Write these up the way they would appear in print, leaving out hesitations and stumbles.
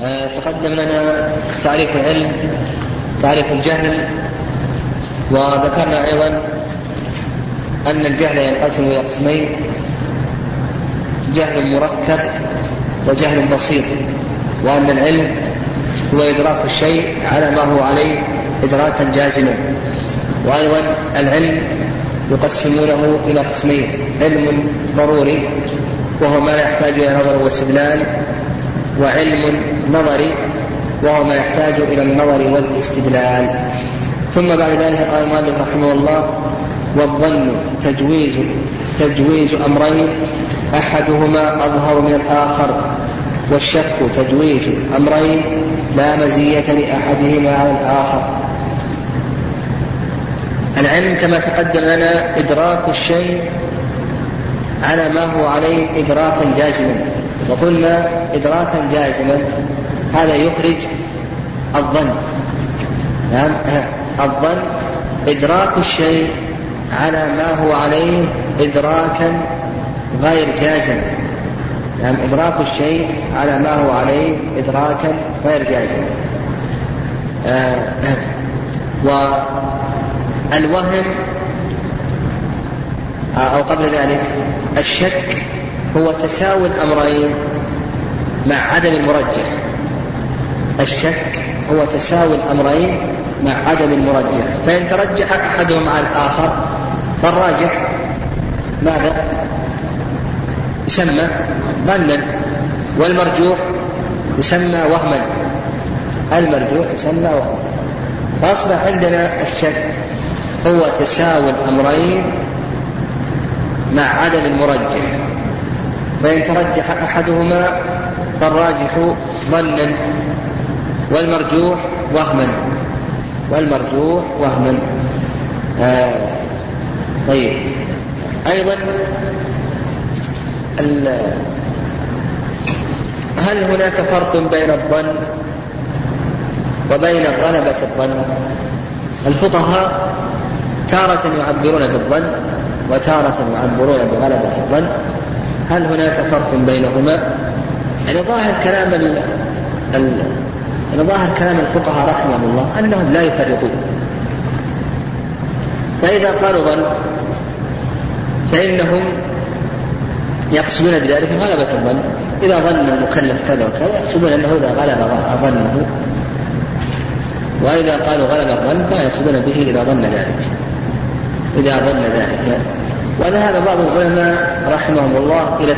تقدم لنا تعريف العلم، تعريف الجهل، وذكرنا أيضا أن الجهل ينقسم إلى قسمين: جهل مركب وجهل بسيط، وأن العلم هو إدراك الشيء على ما هو عليه إدراكا جازما. وأيضا العلم يقسمونه إلى قسمين: علم ضروري وهو ما لا يحتاج إلى نظر واستدلال، وعلم نظري وهو ما يحتاج إلى النظر والاستدلال. ثم بعد ذلك قال المؤلف رحمه الله: والظن تجويز أمرين أحدهما أظهر من الآخر، والشك تجويز أمرين لا مزية لأحدهما على الآخر. العلم كما تقدم لنا إدراك الشيء على ما هو عليه إدراكا جازما، وقلنا إدراكا جازما هذا يخرج الظن. نعم، الظن إدراك الشيء على ما هو عليه إدراكا غير جازم. نعم، إدراك الشيء على ما هو عليه إدراكا غير جازم. والوهم أو قبل ذلك الشك هو تساوي الأمرين مع عدم المرجح. الشك هو تساوي الأمرين مع عدم المرجح، فإن ترجح أحدهم على الآخر فالراجح ماذا؟ يسمى ظنا، والمرجوح يسمى وهما. المرجوح يسمى وهما. فأصبح عندنا الشك هو تساوي الأمرين مع عدم المرجح، فإن ترجح أحدهما فالراجح ظنا، والمرجوح وهما. طيب، أيضا هل هناك فرق بين الظن وبين غلبة الظن؟ الفقهاء تارة يعبرون بالظن وتارة يعبرون بغلبة الظن. هل هناك فرق بينهما؟ يعني ظاهر كلام الفقهاء رحمهم الله أنهم لا يفرقون. فإذا قالوا ظن فإنهم يقصدون بذلك غلبة الظن. إذا ظن المكلف كذا وكذا يقصدون أنه إذا غلب ظنه، وإذا قالوا غلب الظن فيقصدون به إذا ظن ذلك. وذهب بعض العلماء رحمهم الله إلى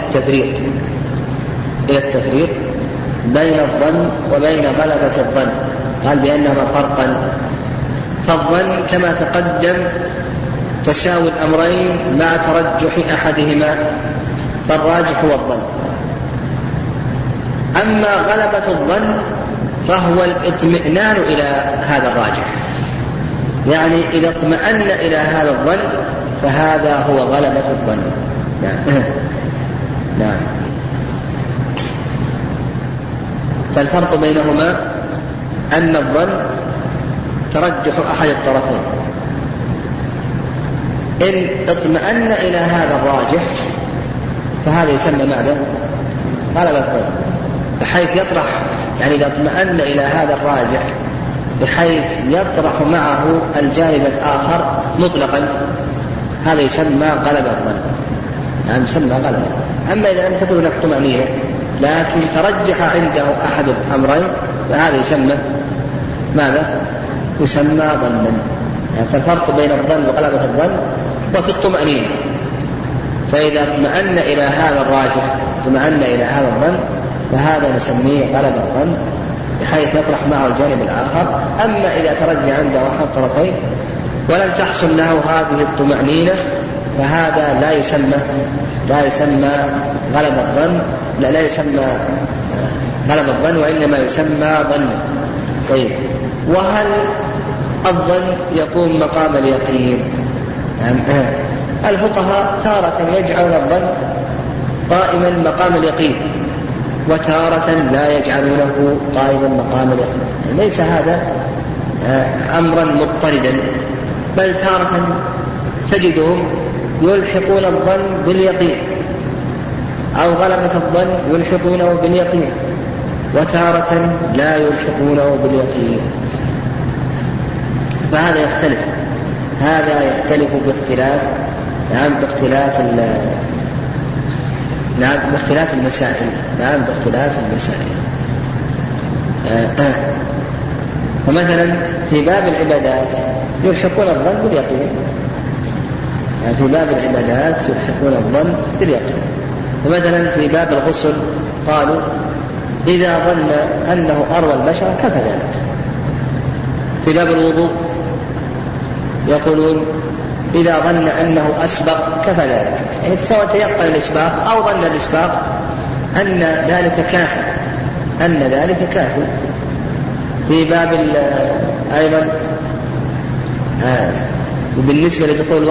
التفريق بين الظن وبين غلبة الظن، قال بأنهما فرقا. فالظن كما تقدم تساوي الأمرين مع ترجح أحدهما، فالراجح هو الظن. أما غلبة الظن فهو الاطمئنان إلى هذا الراجح، يعني إذا اطمأن إلى هذا الظن فهذا هو غلبة الظن. نعم. فالفرق بينهما أن الظن ترجح أحد الطرفين. إن اطمأن إلى هذا الراجح فهذا يسمى ماذا؟ غلبة الظن، بحيث يطرح، يعني إذا اطمأن إلى هذا الراجح بحيث يطرح معه الجانب الآخر مطلقا، هذا يسمى غلبة الظن. يعني يسمى غلبة الظن. أما إذا لم تكن هناك طمأنينة لكن ترجح عنده أحد الأمرين فهذا يسمى ماذا؟ يسمى ظنا. يعني فالفرق بين الظن وغلبة الظن وفي الطمأنينة. فإذا اطمأن إلى هذا الراجح، اطمأن إلى هذا الظن، فهذا نسميه غلبة الظن بحيث يطرح معه الجانب الآخر. أما إذا ترجح عنده أحد الطرفين ولم تحصل له هذه الطمأنينة فهذا لا يسمى غلبة الظن، لا يسمى غلبة الظن، وإنما يسمى ظن. طيب، وهل الظن يقوم مقام اليقين؟ الفقهاء تارة يجعلون الظن قائما مقام اليقين، وتارة لا يجعلونه قائما مقام اليقين. ليس هذا أمرا مضطردا، بل تارة تجدهم يلحقون الظن باليقين، أو غلبة الظن يلحقونه باليقين، وتارة لا يلحقونه باليقين. فهذا يختلف، هذا يختلف باختلاف باختلاف المسائل. باختلاف المسائل. فمثلا في باب العبادات يلحقون الظن باليقين، في باب العبادات يلحقون الظن باليقين. فمثلا في باب الغسل قالوا إذا ظن أنه أروى البشرة كفى ذلك. في باب الوضوء يقولون إذا ظن أنه أسبق كفى ذلك، يعني سواء تيقن الإسباق أو ظن الإسباق أن ذلك كافي. في باب أيضا بالنسبة لدخول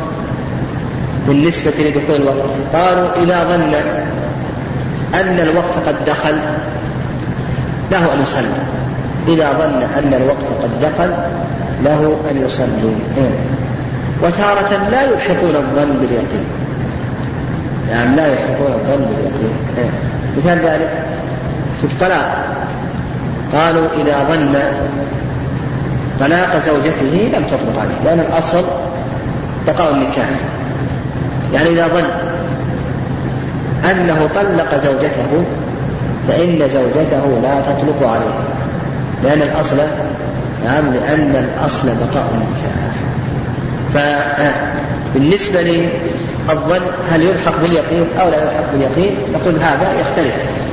الوقت قالوا إذا ظن أن الوقت قد دخل له أن يصلي، إذا ظن أن الوقت قد دخل له أن يصلي. وتارة لا يلحقون الظن باليقين، يعني لا يلحقون الظن باليقين. مثال ذلك في الطلاق قالوا إذا ظن طلاق زوجته لم تطلق عليه، لأن الأصل بقاء النكاح. يعني إذا ظن أنه طلق زوجته فإن زوجته لا تطلق عليه، لأن الأصل بقاء النكاح. فبالنسبة للظن هل يلحق باليقين أو لا يلحق باليقين؟ نقول هذا يختلف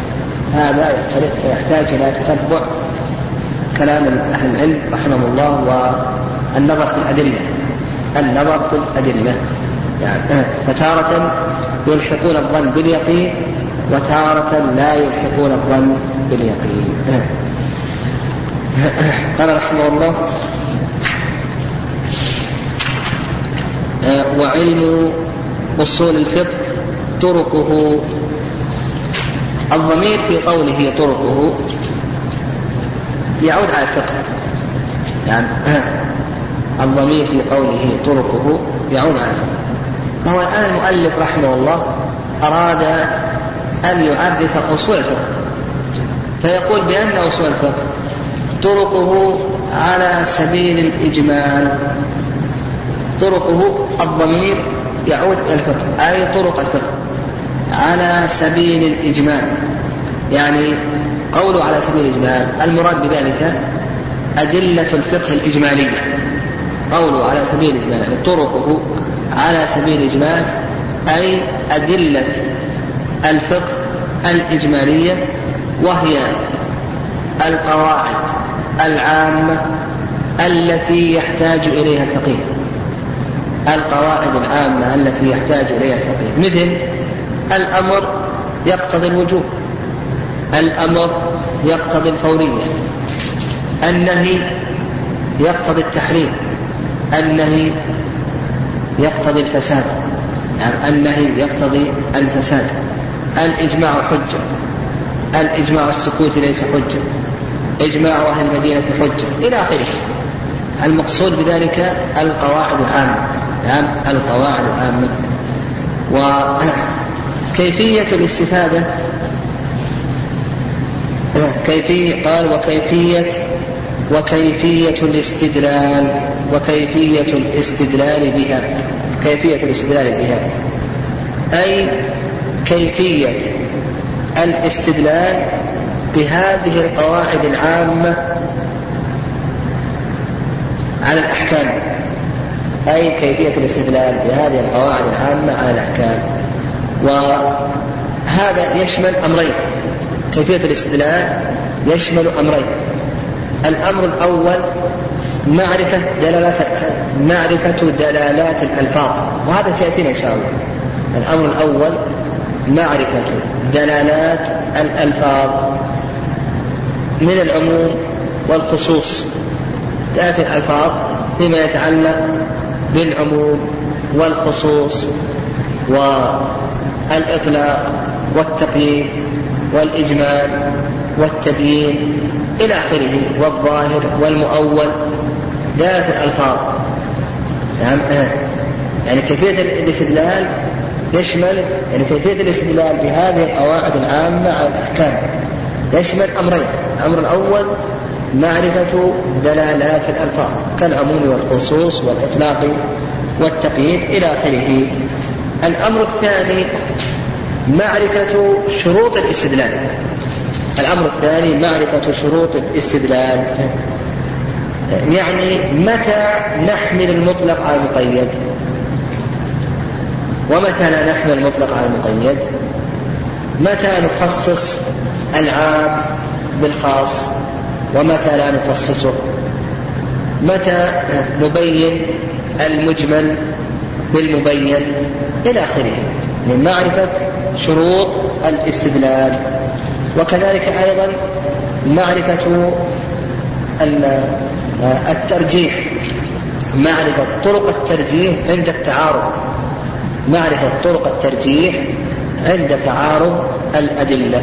ويحتاج إلى تتبع كلام أهل العلم رحمه الله والنظر في الأدلة. يعني فتارة يلحقون الظن باليقين وتارة لا يلحقون الظن باليقين. قال رحمه الله وعلم أصول الفقه طرقه. الضمير في قوله طرقه يعود على الفقه، يعني الضمير في قوله طرقه يعود على الفقه. فهو الآن المؤلف رحمه الله أراد أن يعرف أصول الفقه، فيقول بأن أصول الفقه طرقه على سبيل الإجمال. طرقه الضمير يعود إلى الفقه، أي طرق الفقه على سبيل الإجمال. يعني قوله على سبيل الإجمال المراد بذلك أدلة الفقه الإجمالية. قوله على سبيل الإجمال يعني طرقه على سبيل الإجمال أي أدلة الفقه الإجمالية، وهي القواعد العامة التي يحتاج إليها الفقيه. القواعد العامة التي يحتاج إليها الفقيه، مثل الأمر يقتضي الوجوب، الأمر يقتضي الفورية، النهي يقتضي التحريم، النهي يقتضي الفساد، يعني النهي يقتضي الفساد، الإجماع حجة، الإجماع السكوت ليس حجة، إجماع أهل المدينة حجة، إلى آخره. المقصود بذلك القواعد العامة، يعني القواعد العامة. وكيفية الاستفادة قال وكيفية الاستدلال بها. كيفية الاستدلال بها أي كيفية الاستدلال بهذه القواعد العامة على الأحكام، أي كيفية الاستدلال بهذه القواعد العامة على الأحكام. وهذا يشمل أمرين، كيفية الاستدلال يشمل أمرين. الأمر الأول معرفة دلالات الألفاظ، وهذا سيأتينا إن شاء الله. الأمر الأول معرفة دلالات الألفاظ من العموم والخصوص. تأتي الألفاظ فيما يتعلق بالعموم والخصوص والإطلاق والتقييد والإجمال والتبيين إلى آخره، والظاهر والمؤول. دلالة الألفاظ يعني كيفية الاستدلال يشمل يعني كيفية الاستدلال بهذه القواعد العامة على الأحكام. يشمل أمرين. الأمر الأول معرفة دلالات الألفاظ كالعموم والخصوص والإطلاق والتقييد إلى آخره. الأمر الثاني معرفة شروط الاستدلال. الأمر الثاني معرفة شروط الاستدلال، يعني متى نحمل المطلق على المقيد ومتى لا نحمل المطلق على المقيد، متى نخصص العام بالخاص ومتى لا نخصصه، متى نبين المجمل بالمبين إلى آخره، من معرفة شروط الاستدلال. وكذلك أيضا معرفة الترجيح، معرفة طرق الترجيح عند التعارض، معرفة طرق الترجيح عند تعارض الأدلة.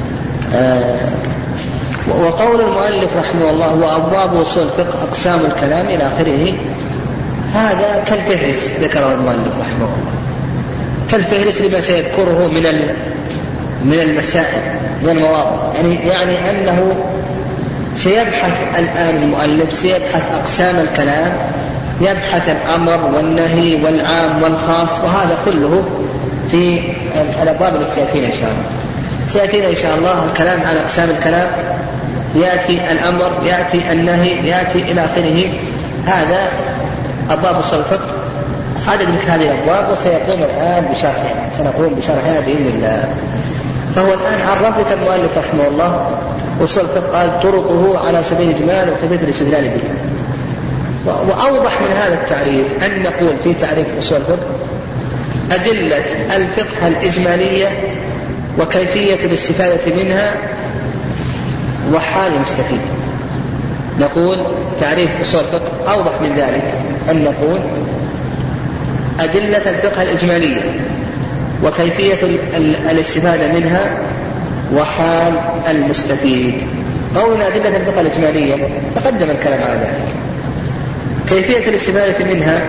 وقول المؤلف رحمه الله وأبواب أصول الفقه أقسام الكلام إلى آخره، هذا كالفهرس ذكره المؤلف رحمه الله، كالفهرس لما سيذكره من المسائل من المواضع، يعني أنه سيبحث الآن المؤلف سيبحث أقسام الكلام، يبحث الأمر والنهي والعام والخاص، وهذا كله في الأبواب التي تأتينا إن شاء الله. سيأتينا إن شاء الله الكلام عن أقسام الكلام، يأتي الأمر، يأتي النهي، يأتي إلى آخره. هذا أبواب أصول الفقه، عدد هذه الأبواب، وسيقوم الآن بشرحها، سنقوم بشرحها بإذن الله. فهو الآن عرف لك المؤلف رحمه الله أصول الفقه، قال طرقه على سبيل الإجمال وكيفية الاستدلال به. وأوضح من هذا التعريف أن نقول في تعريف أصول الفقه أدلة الفقه الإجمالية وكيفية الاستفادة منها وحال المستفيد. نقول تعريف أصول الفقه أوضح من ذلك أن نقول أدلة الفقه الإجمالية وكيفية الاستفادة منها وحال المستفيد. قولنا أدلة الفقه الإجمالية تقدم الكلام على ذلك. كيفية الاستفادة منها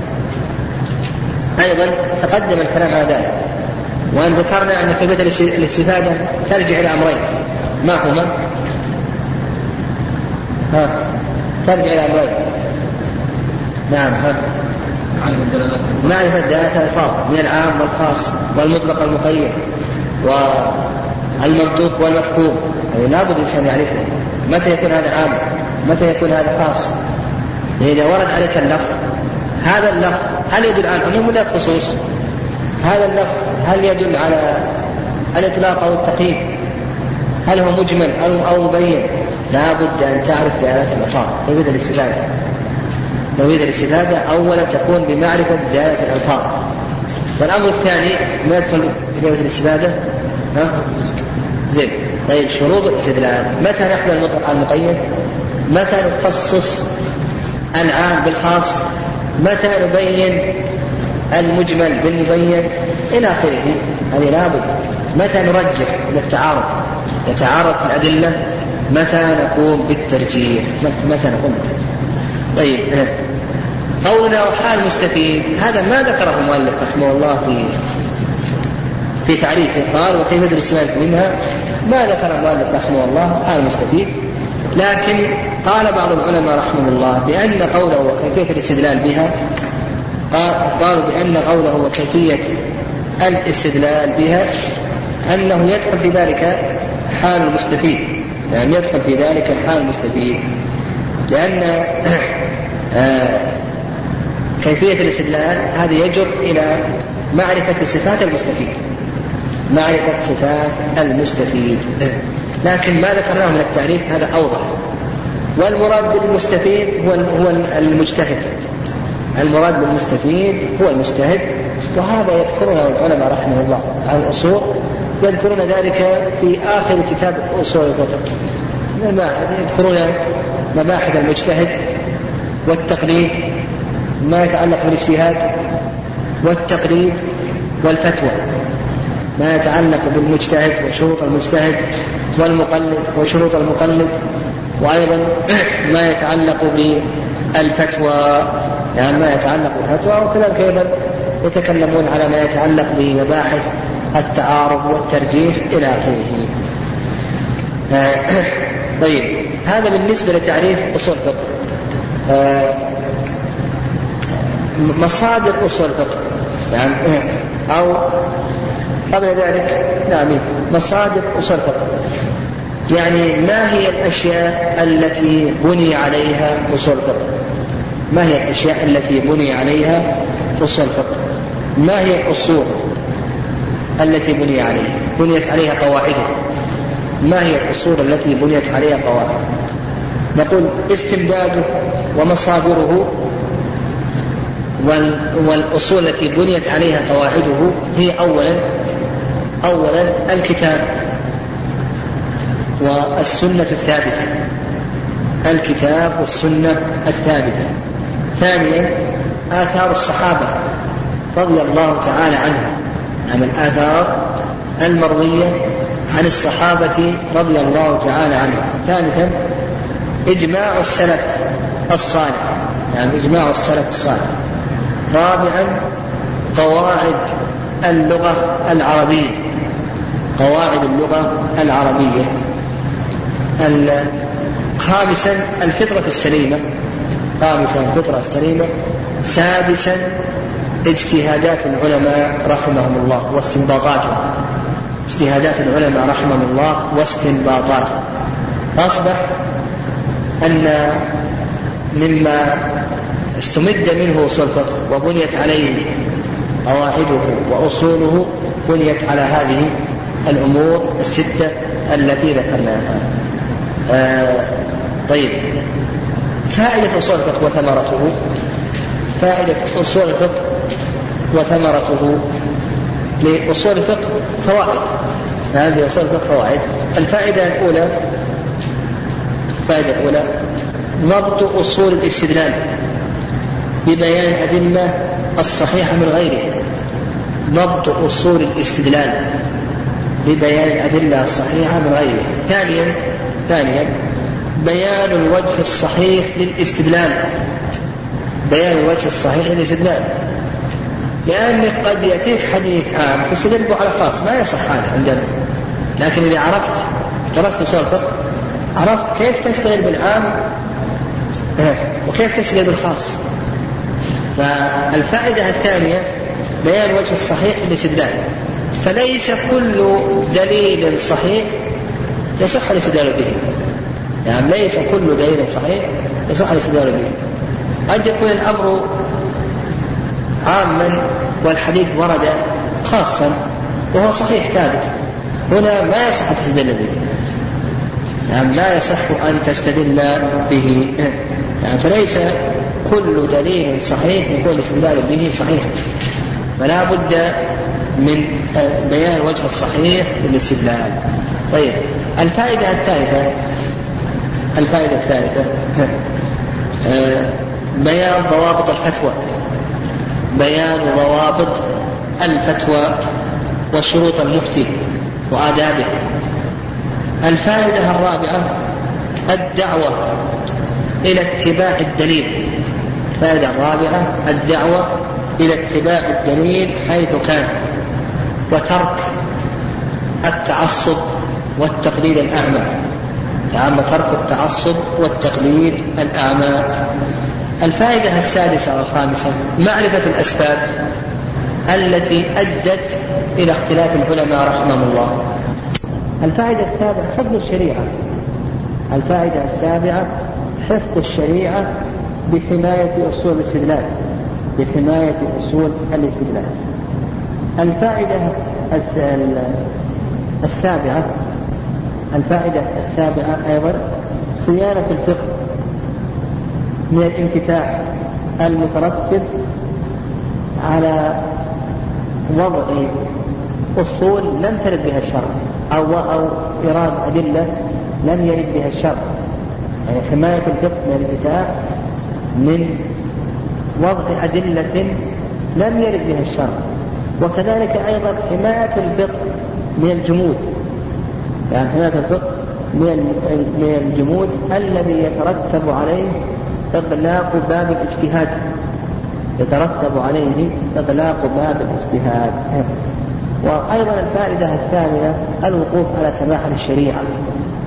أيضا تقدم الكلام على ذلك، وأن ذكرنا أن كيفية الاستفادة ترجع إلى أمرين. ما هما؟ ترجع إلى أمرين. نعم. معرفة دلالات الألفاظ من العام والخاص والمطلق والمقيد والمنطوق والمفهوم، يعني لا بد الإنسان يعرفه. متى يكون هذا عام، متى يكون هذا خاص. إذا ورد عليك اللفظ، هذا اللفظ هل يدل على العموم ولا الخصوص؟ هذا اللفظ هل يدل على الإطلاق أو التقييد؟ هل هو مجمل أو مبين؟ لا بد أن تعرف دلالات الألفاظ. كيفية الاستفادة، كيفية الاستفادة أولا تكون بمعرفة دلالات الألفاظ. والأمر الثاني ما يدخل كيفية الاستفادة؟ زين. طيب شروط الاستدلال، متى نحمل المطلق على المقيد، متى نخصص العام بالخاص، متى نبين المجمل بالمبين إلى آخره. هذه لابد. متى نرجح إذا يتعارض الأدلة، متى نقوم بالترجيح، متى نقوم بالترجيح. طيب قولنا وحال المستفيد، هذا ما ذكره المؤلف رحمه الله في تعريفه، قال وكيفية الاستفادة منها، ما ذكر المؤلف رحمه الله حال المستفيد، لكن قال بعض العلماء رحمه الله بأن قوله وكيفية الاستدلال بها، قالوا بأن قوله وكيفية الاستدلال بها أنه يدخل في ذلك حال المستفيد، يعني يدخل في ذلك حال المستفيد، لأن كيفية الاستدلال هذا يجر إلى معرفة صفات المستفيد، معرفة صفات المستفيد. لكن ما ذكرناه من التعريف هذا أوضح. والمراد بالمستفيد هو المجتهد، المراد بالمستفيد هو المجتهد، وهذا يذكرنا العلماء رحمه الله على الأصول، يذكرون ذلك في آخر كتاب أصول الفقه، يذكرون مباحث المجتهد والتقليد، ما يتعلق بالاجتهاد والتقليد والفتوى، ما يتعلق بالمجتهد وشروط المجتهد والمقلد وشروط المقلد، وأيضا ما يتعلق بالفتوى، يعني ما يتعلق بالفتوى، وكذلك أيضا يتكلمون على ما يتعلق بمباحث التعارض والترجيح إلى آخره. طيب، هذا بالنسبة لتعريف أصول الفقه. مصادر أصول الفقه يعني أو قبل ذلك مصادر أصول الفقه، يعني ما هي الأشياء التي بني عليها أصول الفقه؟ ما هي الأشياء التي بني عليها أصول الفقه؟ ما هي الأصول التي بنيت عليها قواعده؟ ما هي الأصول التي بنيت عليها قواعد؟ نقول استمداده ومصادره، والأصول التي بنيت عليها قواعده هي أولا الكتاب والسنة الثابتة، الكتاب والسنة الثابتة. ثانيا آثار الصحابة رضي الله تعالى عنهم، الآثار المروية عن الصحابة رضي الله تعالى عنهم. ثالثا إجماع السلف الصالح، إجماع السلف الصالح. رابعا قواعد اللغة العربية، قواعد اللغة العربية. خامسا الفطرة السليمة، سادسا اجتهادات العلماء رحمهم الله واستنباطاتهم، اجتهادات العلماء رحمهم الله واستنباطاتهم. فأصبح أن مما استمد منه أصول الفقه وبنيت عليه قواعده وأصوله بنيت على هذه الأمور الستة التي ذكرناها. طيب، فائدة أصول الفقه وثمرته. فائدة أصول الفقه وثمرته. لأصول الفقه فوائد، لأصول الفقه فوائد. الفائدة الأولى ضبط أصول الاستدلال ببيان الأدلة الصحيحة من غيره. ضبط أصول الاستدلال ببيان الأدلة الصحيحة من غيره. ثانيا بيان الوجه الصحيح للاستدلال، بيان الوجه الصحيح للاستدلال، لأنك قد يأتيك حديث عام تستدل به على خاص، ما يصح هذا عندنا. لكن إذا درست أصول الفقه عرفت كيف تشتغل بالعام وكيف تشتغل بالخاص. فالفائدة الثانية بيان الوجه الصحيح للاستدلال، فليس كل دليل صحيح يصح الاستدلال به، ليس كل دليل صحيح يصح الاستدلال به. قد يكون الأمر عاما والحديث ورد خاصا وهو صحيح ثابت، هنا ما يصح تستدل به، لا يصح أن تستدل به. فليس كل دليل صحيح يكون الاستدلال به صحيحا، فلا بد من بيان الوجه الصحيح للاستدلال. طيب، الفائدة الثالثة بيان ضوابط الفتوى، بيان ضوابط الفتوى وشروط المفتي وآدابه. الفائدة الرابعة الدعوة إلى اتباع الدليل. الفائدة الرابعة الدعوة إلى اتباع الدليل حيث كان، وترك التعصب والتقليد الأعمى، ترك التعصب والتقليد الأعمى. الفائدة السادسة والخامسة معرفة الأسباب التي أدت إلى اختلاف العلماء رحمهم الله. الفائدة السابعة حفظ الشريعة. الفائدة السابعة حفظ الشريعة بحماية أصول الاستدلال، بحماية أصول الاستدلال. الفائدة السابعة أيضا صيانة الفقه من الانفتاح المترتب على وضع أصول لم ترد بها الشرع أو إيراد أدلة لم يرد بها الشرع، يعني حماية الفقه من الانفتاح من وضع أدلة لم يرد بها الشرع. وكذلك أيضا حماية الفقه من الجمود، يعني حماية الفقه من الجمود الذي يترتب عليه إغلاق باب الاجتهاد، يترتب عليه إغلاق باب الاجتهاد. وأيضا الفائدة الثانية الوقوف على سماحة الشريعة،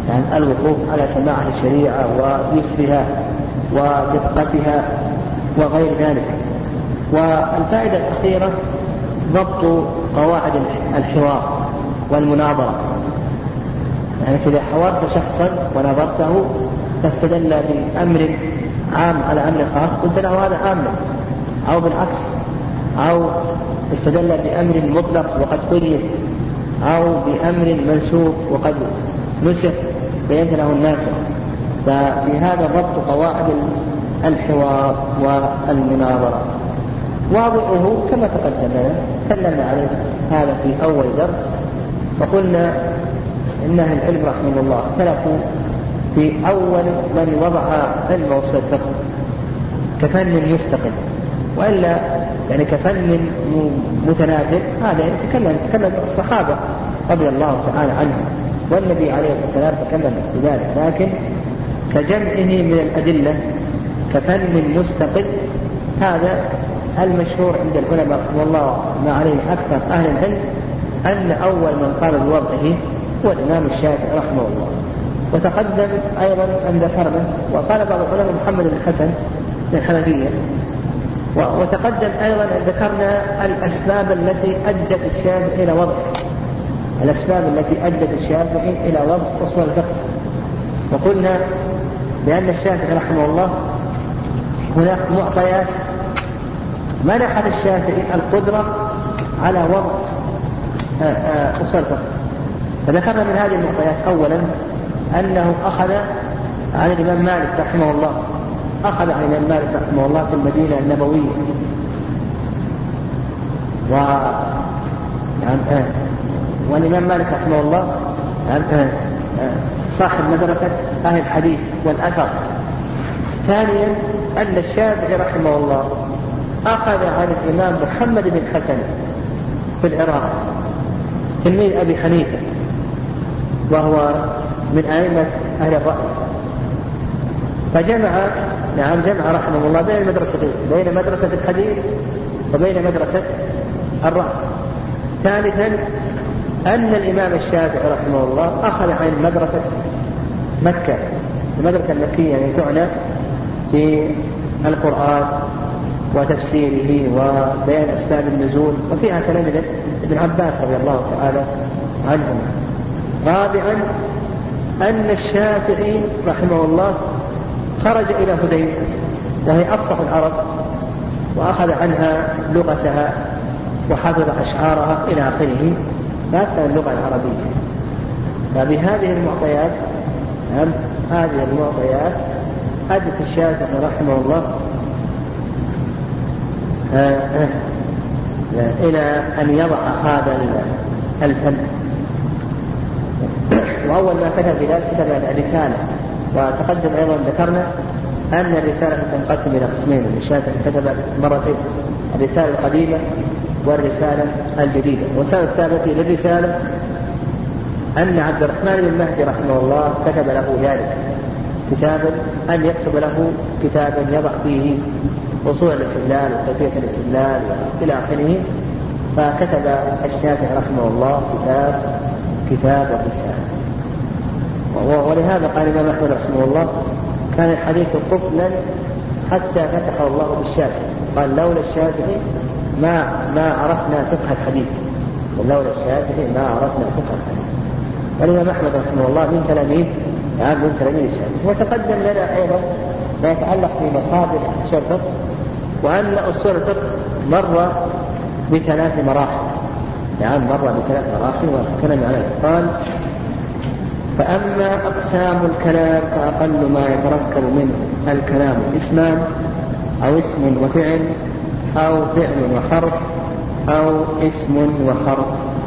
يعني الوقوف على سماع الشريعة ويسرها ودقتها وغير ذلك. والفائدة الأخيرة ضبط قواعد الحوار والمناظرة. يعني إذا حاورت شخصا ونظرته فاستدل بأمر عام على أمر خاص قلت له هذا عام، أو بالعكس، أو استدل بأمر مطلق وقد قيد، أو بأمر منسوخ وقد نسخ بينت له الناسخ. ففي هذا ضبط قواعد الحوار والمناظرة. واضعه كما تقدم تكلمنا عليه هذا في أول درس، وقلنا إن أهل العلم رحمه الله اختلفوا في أول من وضع علم أصول الفقه كفن مستقل، وإلا يعني كفن متنازل. هذا يتكلم الصحابة رضي الله تعالى عنهم، والنبي عليه الصلاة والسلام تكلم بذلك. لكن كجمعه من الأدلة كفن مستقل، هذا المشهور عند العلماء رحمه الله ما عليه أكثر أهل العلم، أن أول من قال بوضعه هو الإمام الشافعي رحمه الله. وتقدم أيضا أن ذكرنا، وقال بعض العلماء محمد بن الحسن من الحنفية. وتقدم أيضا أن ذكرنا الأسباب التي أدت الشافعي إلى وضعه، الأسباب التي أدت الشافعي إلى وضع أصول الفقه. وقلنا بأن الشافعي رحمه الله هناك معطيات منحت الشافعي القدرة على وضع أصول الفقه. فذكرنا من هذه المعطيات أولا أنه أخذ عن الإمام مالك رحمه الله، أخذ عن الإمام مالك رحمه الله في المدينة النبوية، والإمام مالك رحمه الله صاحب مدرسة أهل الحديث والأثر. ثانيا أن الشافعي رحمه الله أخذ عن الإمام محمد بن الحسن في العراق تلميذ أبي حنيفة، وهو من أئمة أهل الرأي. فجمع جمع رحمه الله بين المدرستين، بين مدرسة الحديث وبين مدرسة الرأي. ثالثا أن الإمام الشافعي رحمه الله أخذ عن مدرسة مكة، المدرسة المكية يعني تعنى في القرآن وتفسيره وبيان أسباب النزول، وفيها كلام ابن عباس رضي الله تعالى عنهما. رابعا أن الشافعي رحمه الله خرج إلى هذيل وهي أفصح العرب، وأخذ عنها لغتها وحفظ أشعارها إلى آخره، فأكثر اللغة العربية. فبهذه المعطيات هذه المعطيات أدت الشافعي رحمه الله إلى أن يضع هذا الفن. وأول ما كتب ذلك كتب الرسالة. وتقدم أيضا ذكرنا أن الرسالة تنقسم إلى قسمين، الشافعي كتب مرتين، الرسالة القديمة والرسالة الجديدة. والسبب الثالث للرسالة أن عبد الرحمن بن مهدي رحمه الله كتب له ذلك كتابا، أن يكتب له كتابا يضع فيه أصول الاستدلال وكيفية الاستدلال إلى آخره. فكتب الشافعي رحمه الله كتاب الرسالة. ولهذا قال الإمام أحمد رحمه الله كان الحديث قفلا حتى فتحه الله بالشافعي. قال لولا الشافعي ما عرفنا فقه الحديث، ولولا الشافعي ما عرفنا فقه الحديث. والإمام أحمد رحمه الله من تلاميذ الشافعي. وتقدم لنا أيضا ما يتعلق بمصادر أصول الفقه، وأن أصول الفقه مر بثلاث مراحل، وكلام عليه. قال فأما أقسام الكلام فأقل ما يتركب منه الكلام اسمان أو اسم وفعل أو فعل وحرف أو اسم وحرف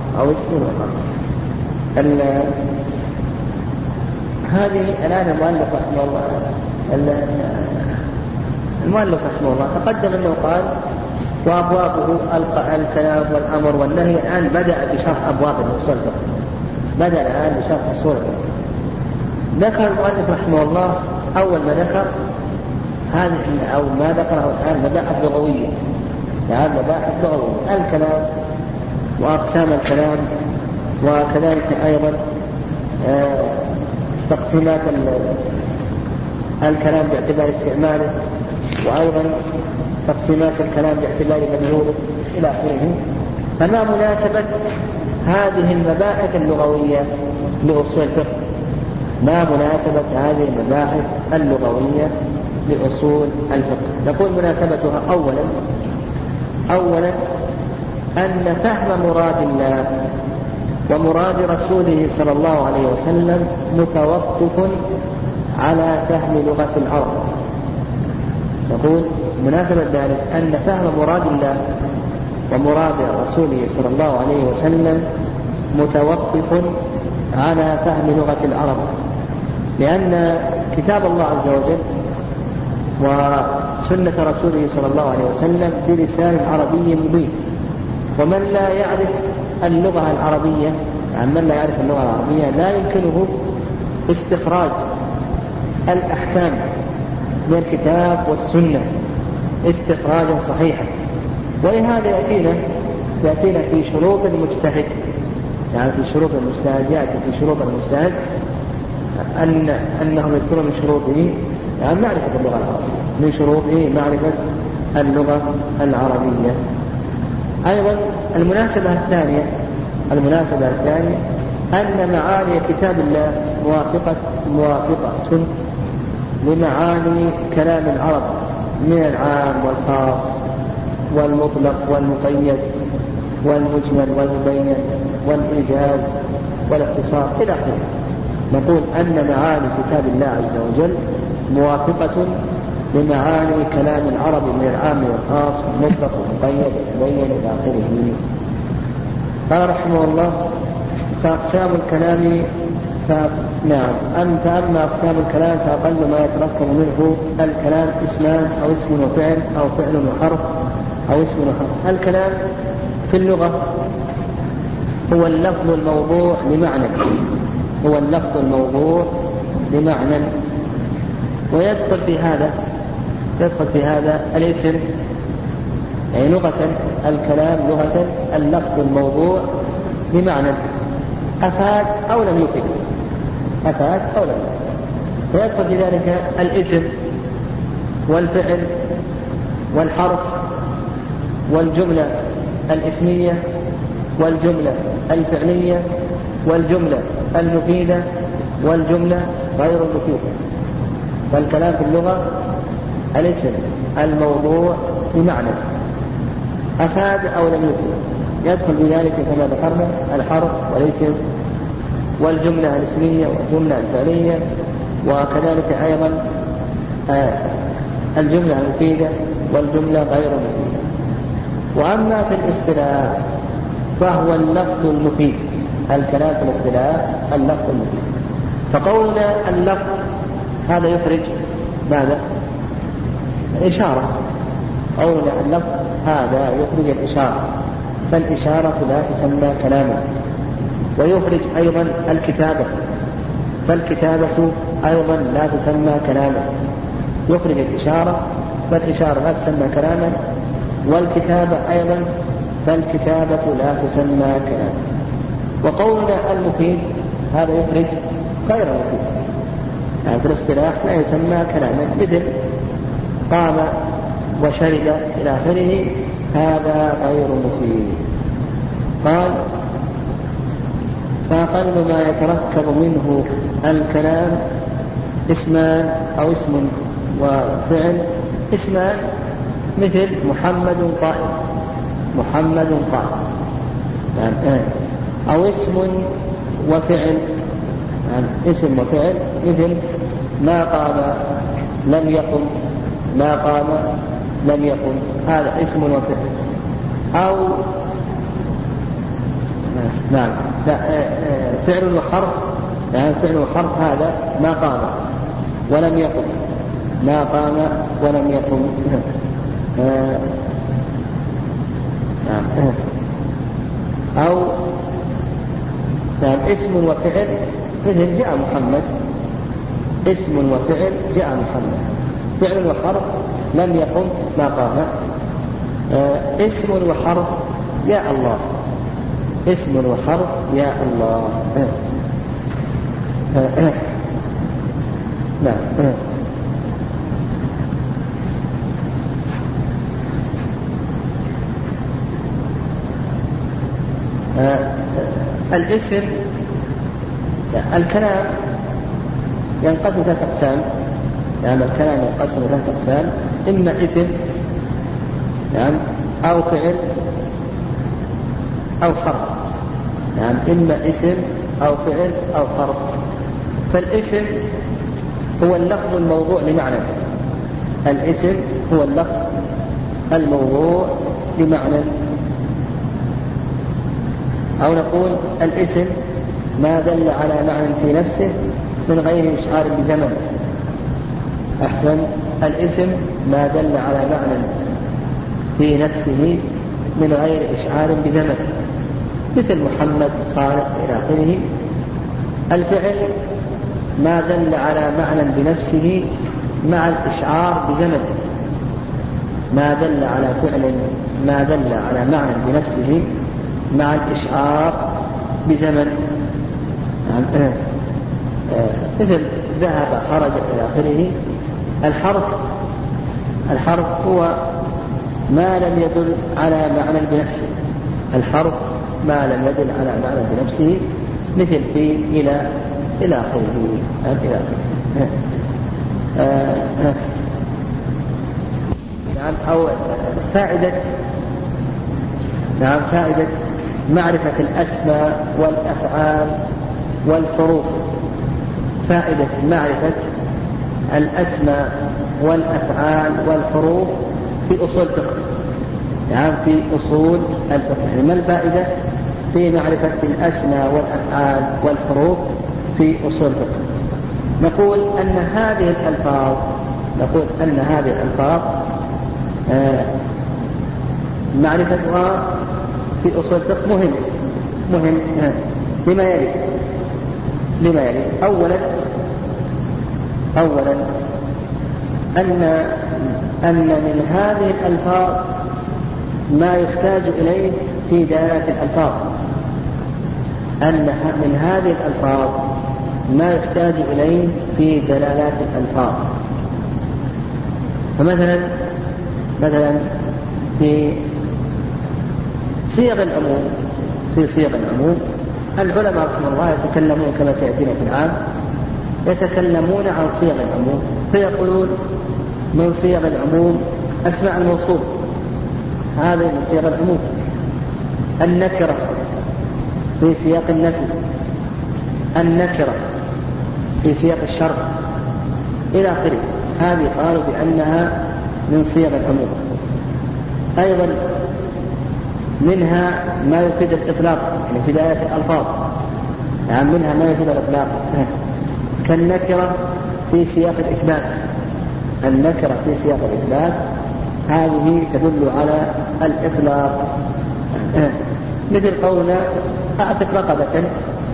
هذه الآن المؤلف رحمه الله تقدم أنه قال وأبوابه الكلام والأمر والنهي. الآن بدأ بشرح أبواب الأصول الفقه، بدأ الآن بشرح أصول الفقه. ذكر المؤلف رحمه الله أول ما ذكر هذه أو ما ذكره الآن مباحث لغوية، الكلام وأقسام الكلام، وكذلك أيضا تقسيمات الكلام باعتبار استعماله، وأيضا تقسيمات الكلام باعتبار مدلوله إلى آخره. فما مناسبة هذه المباحث اللغوية لأصول الفقه؟ ما مناسبة هذه المباحث اللغوية لأصول الفقه؟ نقول مناسبتها أولا أن فهم مراد الله ومراد رسوله صلى الله عليه وسلم متوقف على فهم لغة العرب. نقول مناسبة ذلك أن فهم مراد الله ومراد رسوله صلى الله عليه وسلم متوقف على فهم لغة العرب، لأن كتاب الله عز وجل وسنة رسوله صلى الله عليه وسلم بلسان عربي مبين، ومن لا يعرف اللغة العربية، يعني من لا يعرف اللغة العربية لا يمكنه استخراج الأحكام من الكتاب والسنة استخراجا صحيحا. ولهذا يأتينا في شروط المجتهد، يعني في شروط المجتهد يأتي في شروط المجتهد أنهم يذكرون من شروطه يعني معرفة اللغة العربية، من شروطه معرفة اللغة العربية. أيضا المناسبة الثانية أن معاني كتاب الله موافقة لمعاني كلام العرب من العام والخاص والمطلق والمقيد والمجمل والمبين والإيجاز والاختصار إلى آخره. نقول أن معاني كتاب الله عز وجل موافقة لمعاني كلام العرب من العام والخاص والمطلق والمقيد والمبين إلى آخره. قال رحمه الله: فأقسام الكلام فأما أقسام الكلام فأقل ما يتركب منه الكلام اسمان أو اسم وفعل أو فعل وحرف أو اسم وحرف. الكلام في اللغة هو اللفظ الموضوع لمعنى، ويدخل في هذا الاسم، يعني لغة الكلام لغة اللفظ الموضوع بمعنى أفاد أو لم يفد، فيدخل في ذلك الاسم والفعل والحرف والجملة الاسمية والجملة الفعلية والجملة المفيدة والجملة غير المفيدة. فالكلام في اللغة الاسم الموضوع بمعنى أفاد أو لم يفد، يدخل بذلك كما ذكرنا الحرف والاسم والجملة الاسمية والجملة الفعلية، وكذلك أيضا الجملة المفيدة والجملة غير المفيدة. وأما في الاصطلاح فهو اللفظ المفيد. الكلام في الاصطلاح اللفظ المفيد. فقولنا اللفظ هذا يخرج ماذا؟ الإشارة. قولنا اللفظ هذا يخرج الإشارة، فالإشارة لا تسمى كلاما. ويخرج أيضا الكتابة، فالكتابة أيضا لا تسمى كلاما. يخرج الإشارة، فالإشارة لا تسمى كلاما، والكتابة أيضا فالكتابة لا تسمى كلاما. وقولنا المفيد هذا يخرج غير المفيد، يعني في الاصطلاح لا يسمى كلاما، مثل قام وشرب إلى آخره، هذا غير مفيد. قال: فأقل ما يتركب منه الكلام اسمان أو اسم وفعل. اسمان مثل محمد قائم، أو اسم وفعل، اسم وفعل مثل ما قام لم يقم، ما قام لم يقم، هذا اسم وفعل. أو فعل وحرف، يعني فعل وحرف هذا ما قام ولم يقم، ما قام ولم يقم. أو اسم وفعل مثل جاء محمد، اسم وفعل جاء محمد. فعل وحرف لم يقم ما قام. اسم وحرف يا الله، اسم وحرف يا الله. نعم. الاسم الكلام ينقسم ثلاث أقسام. يعني الكلام ينقسم ثلاث أقسام: إما اسم يعني أو فعل أو حرف. يعني إما اسم أو فعل أو حرف. فالاسم هو اللفظ الموضوع لمعنى. الاسم هو اللفظ الموضوع لمعنى. أو نقول الاسم ما دل على معنى في نفسه من غير إشعار بزمن. أحسن، الاسم ما دل على معنى في نفسه من غير إشعار بزمن، مثل محمد، صالح إلى آخره. الفعل ما دل على معنى بنفسه مع الإشعار بزمن. ما دل على فعل ما دل على معنى بنفسه مع الإشعار بزمن. مثل ذهب، خرج إلى آخره. الحرف هو ما لم يدل على معنى بنفسه. الحرف ما لم يدل على معنى بنفسه، مثل في، إلى آخره. نعم. أو فائدة معرفة الأسماء والأفعال والحروف. فائدة معرفة الأسماء والأفعال والحروف في أصول الفقه. يعني في أصول الفقه. يعني ما الفائدة في معرفة الأسماء والأفعال والحروف في أصول الفقه؟ نقول أن هذه الألفاظ معرفتها في أصول الفقه مهم لما يلي. أولا أن من هذه الألفاظ ما يحتاج إليه في دلالة الألفاظ. أن من هذه الألفاظ ما يحتاج إليه في دلالات الألفاظ. فمثلا في صيغ العموم العلماء رحمه الله يتكلمون كما سيأتينا في العام، يتكلمون عن صيغ العموم فيقولون من صيغ العموم أسماء الموصول، هذا من صيغ العموم. النكرة في سياق النفي، النكرة في سياق الشرط إلى آخره. هذه قالوا بأنها من صيغ العموم. أيضا منها ما يفيد الإطلاق، يعني في دلالة الألفاظ. يعني منها ما يفيد الإطلاق كالنكرة في سياق الإثبات. النكرة في سياق الإثبات هذه تدل على الإطلاق، مثل قولنا أعتق رقبة.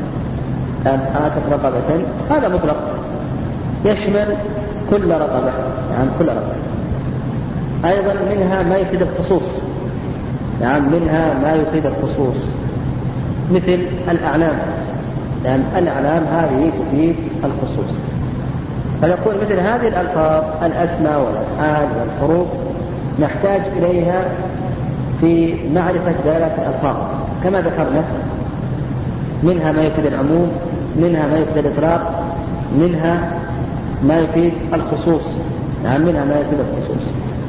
هذا مطلق يشمل كل رقبة، يعني كل رقبة. أيضا منها ما يفيد الخصوص، يعني منها ما يفيد الخصوص مثل الأعلام. يعني الأعلام هذه تفيد الخصوص. فنقول مثل هذه الألفاظ الأسماء والأفعال والحروف نحتاج إليها في معرفة دلالة الألفاظ كما ذكرنا. منها ما يفيد العموم، منها ما يفيد الإطلاق، منها ما يفيد الخصوص، يعني منها ما يفيد الخصوص.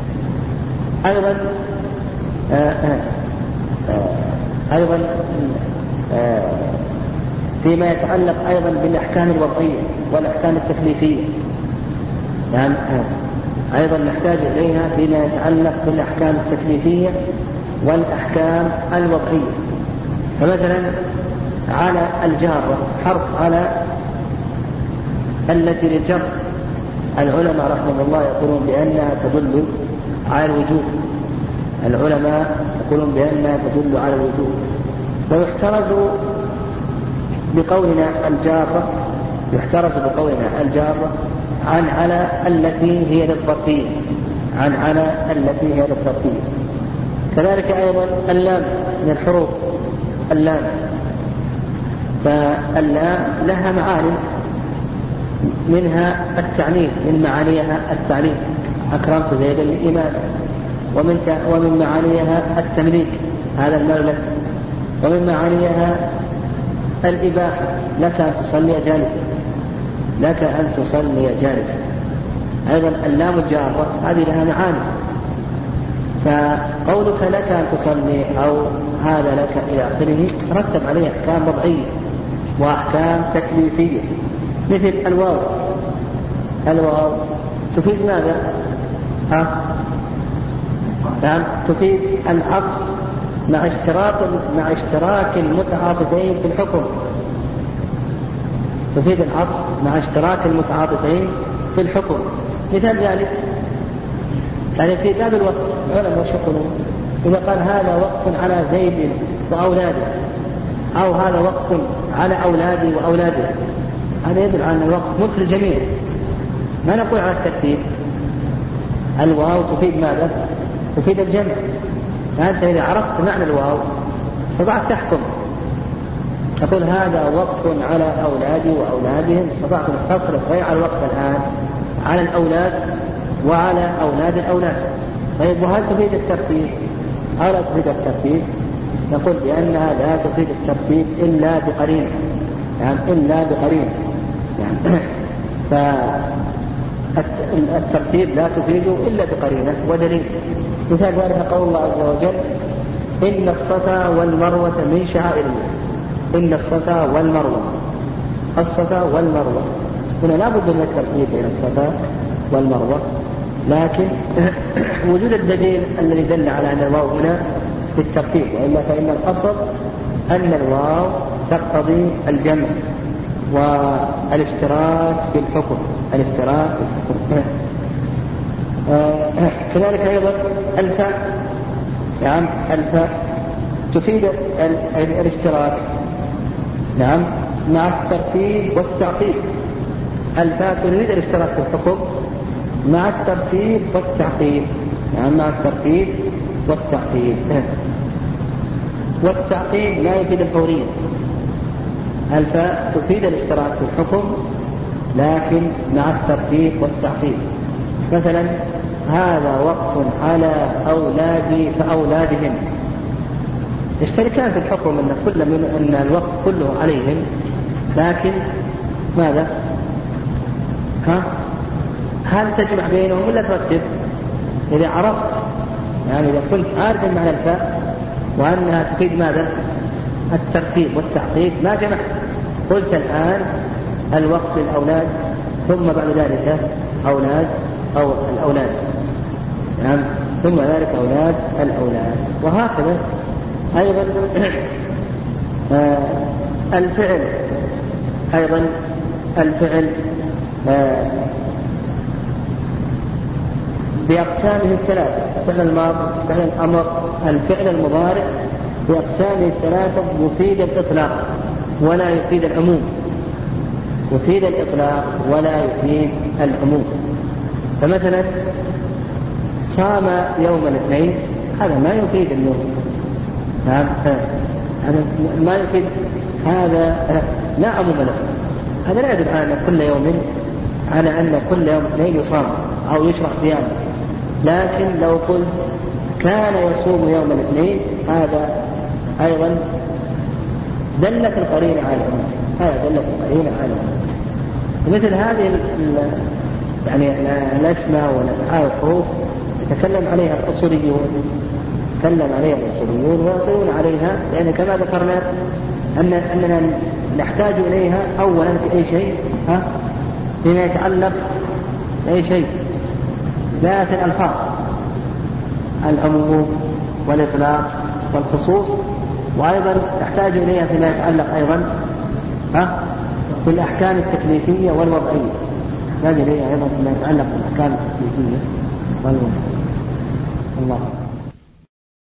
أيضا فيما يتعلق أيضا بالأحكام الوضعية والأحكام التكليفية، يعني أيضا نحتاج إليها فيما يتعلق بالأحكام التكليفية والأحكام الوضعية. فمثلا على الجارة، حرف على التي للجر، العلماء رحمه الله يقولون بأنها تدل على الوجوب. العلماء يقولون بأنها تدل على الوجوب. ويحترز بقولنا الجارة عن على التي هي للظرفية. كذلك أيضا اللام من الحروف، اللام، فاللام لها معاني. منها التعنيف، من معانيها التعليم، أكرمت زيدا للإيمان. ومن معانيها التمليك، هذا المال لك. ومن معانيها الإباحة، لك أن تصلي جالسا، لك أن تصلي جالسا. أيضا اللام الجارة هذه لها معاني، فقولك لك أن تصلي أو هذا لك إلى آخره ترتب عليه أحكام وضعية وأحكام تكليفية، مثل الواو. الواو تفيد ماذا؟ نعم، تفيد العطف مع اشتراك المتعاطفين في الحكم. تفيد العطف مع اشتراك المتعاطفين في الحكم. مثال ذلك يعني في باب الوقت علماء وشكلوا إذا قال هذا وقف على زيد وأولاده، أو هذا وقف على أولادي وأولاده، هذا يدل على أن الوقف ملك الجميع، ما نقول على الترتيب. الواو تفيد ماذا؟ تفيد الجمع. فأنت إذا عرفت معنى الواو استطعت تحكم، تقول هذا وقف على أولادي وأولادهم، استطعت تصرف غير على الوقف الآن على الأولاد وعلى أولاد الأولاد. طيب وهل تفيد الترتيب أو لا تفيد الترتيب؟ نقول بأنها لا تفيد الترتيب إلا بقرينة، يعني إلا بقرينة، يعني فالترتيب لا تفيده إلا بقرينة ودليل. مثال ذلك قول الله عز وجل إن الصفا والمروة من شعائر الله. إن الصفا والمروة، الصفا والمروة هنا لا بد من الترتيب بين الصفا والمروة، لكن وجود الدليل الذي دل على أن الواو هنا بالترتيب، وإلا فإن الأصل أن الواو تقتضي الجمع والاشتراك في الحكم، الاشتراك في الحكم. كذلك أيضا الفاء، نعم الفاء تفيد الاشتراك، نعم مع الترتيب والتعقيب. الفاء تريد الاشتراك في الحكم مع الترتيب والتعقيب، نعم مع الترتيب والتعقيب. والتعقيب لا يفيد الفورية. الفاء تفيد الاشتراك في الحكم لكن مع الترتيب والتعقيب. مثلا هذا وقف على أولادي فأولادهم، يشتركان في الحكم أن الوقف كله عليهم، لكن ماذا؟ هل تجمع بينهم ولا ترتب؟ إذا عرفت، يعني إذا كنت عارفا معنى الفاء وأنها تفيد ماذا؟ الترتيب والتعقيب، ما جمعت. قلت الآن الوقف للأولاد ثم بعد ذلك أولاد أو الأولاد، نعم ثم ذلك أولاد الأولاد، وهكذا. أيضا الفعل، أيضا الفعل بأقسامه الثلاثة، فعل الماضي، فعل الأمر، الفعل المضارع، بأقسامه الثلاثة يفيد الإطلاق ولا يفيد العموم، يفيد الإطلاق ولا يفيد العموم. فمثلا صام يوم الاثنين، هذا ما يفيد اليوم، نعم هذا ما يفيد، هذا لا عموم له، هذا لا يدل على كل يوم، على أن كل يوم اثنين يصام أو يشرح صيام. لكن لو قلت كان يصوم يوم الاثنين، هذا أيضا دلت القرينة على العموم، هذا دلت القرينة على العموم. مثل هذه يعني الأسماء والأفعال والحروف يتكلم عليها الأصوليون، ويقولون عليها، لأن كما ذكرنا أننا نحتاج إليها أولا في أي شيء، فيما يتعلق بأي شيء، لا في الألفاظ، العموم والإطلاق والخصوص، وأيضا نحتاج إليها فيما يتعلق أيضا بالأحكام التكليفية والوضعية، نحتاج إليها أيضا فيما يتعلق بالأحكام التكليفية والوضعية. الله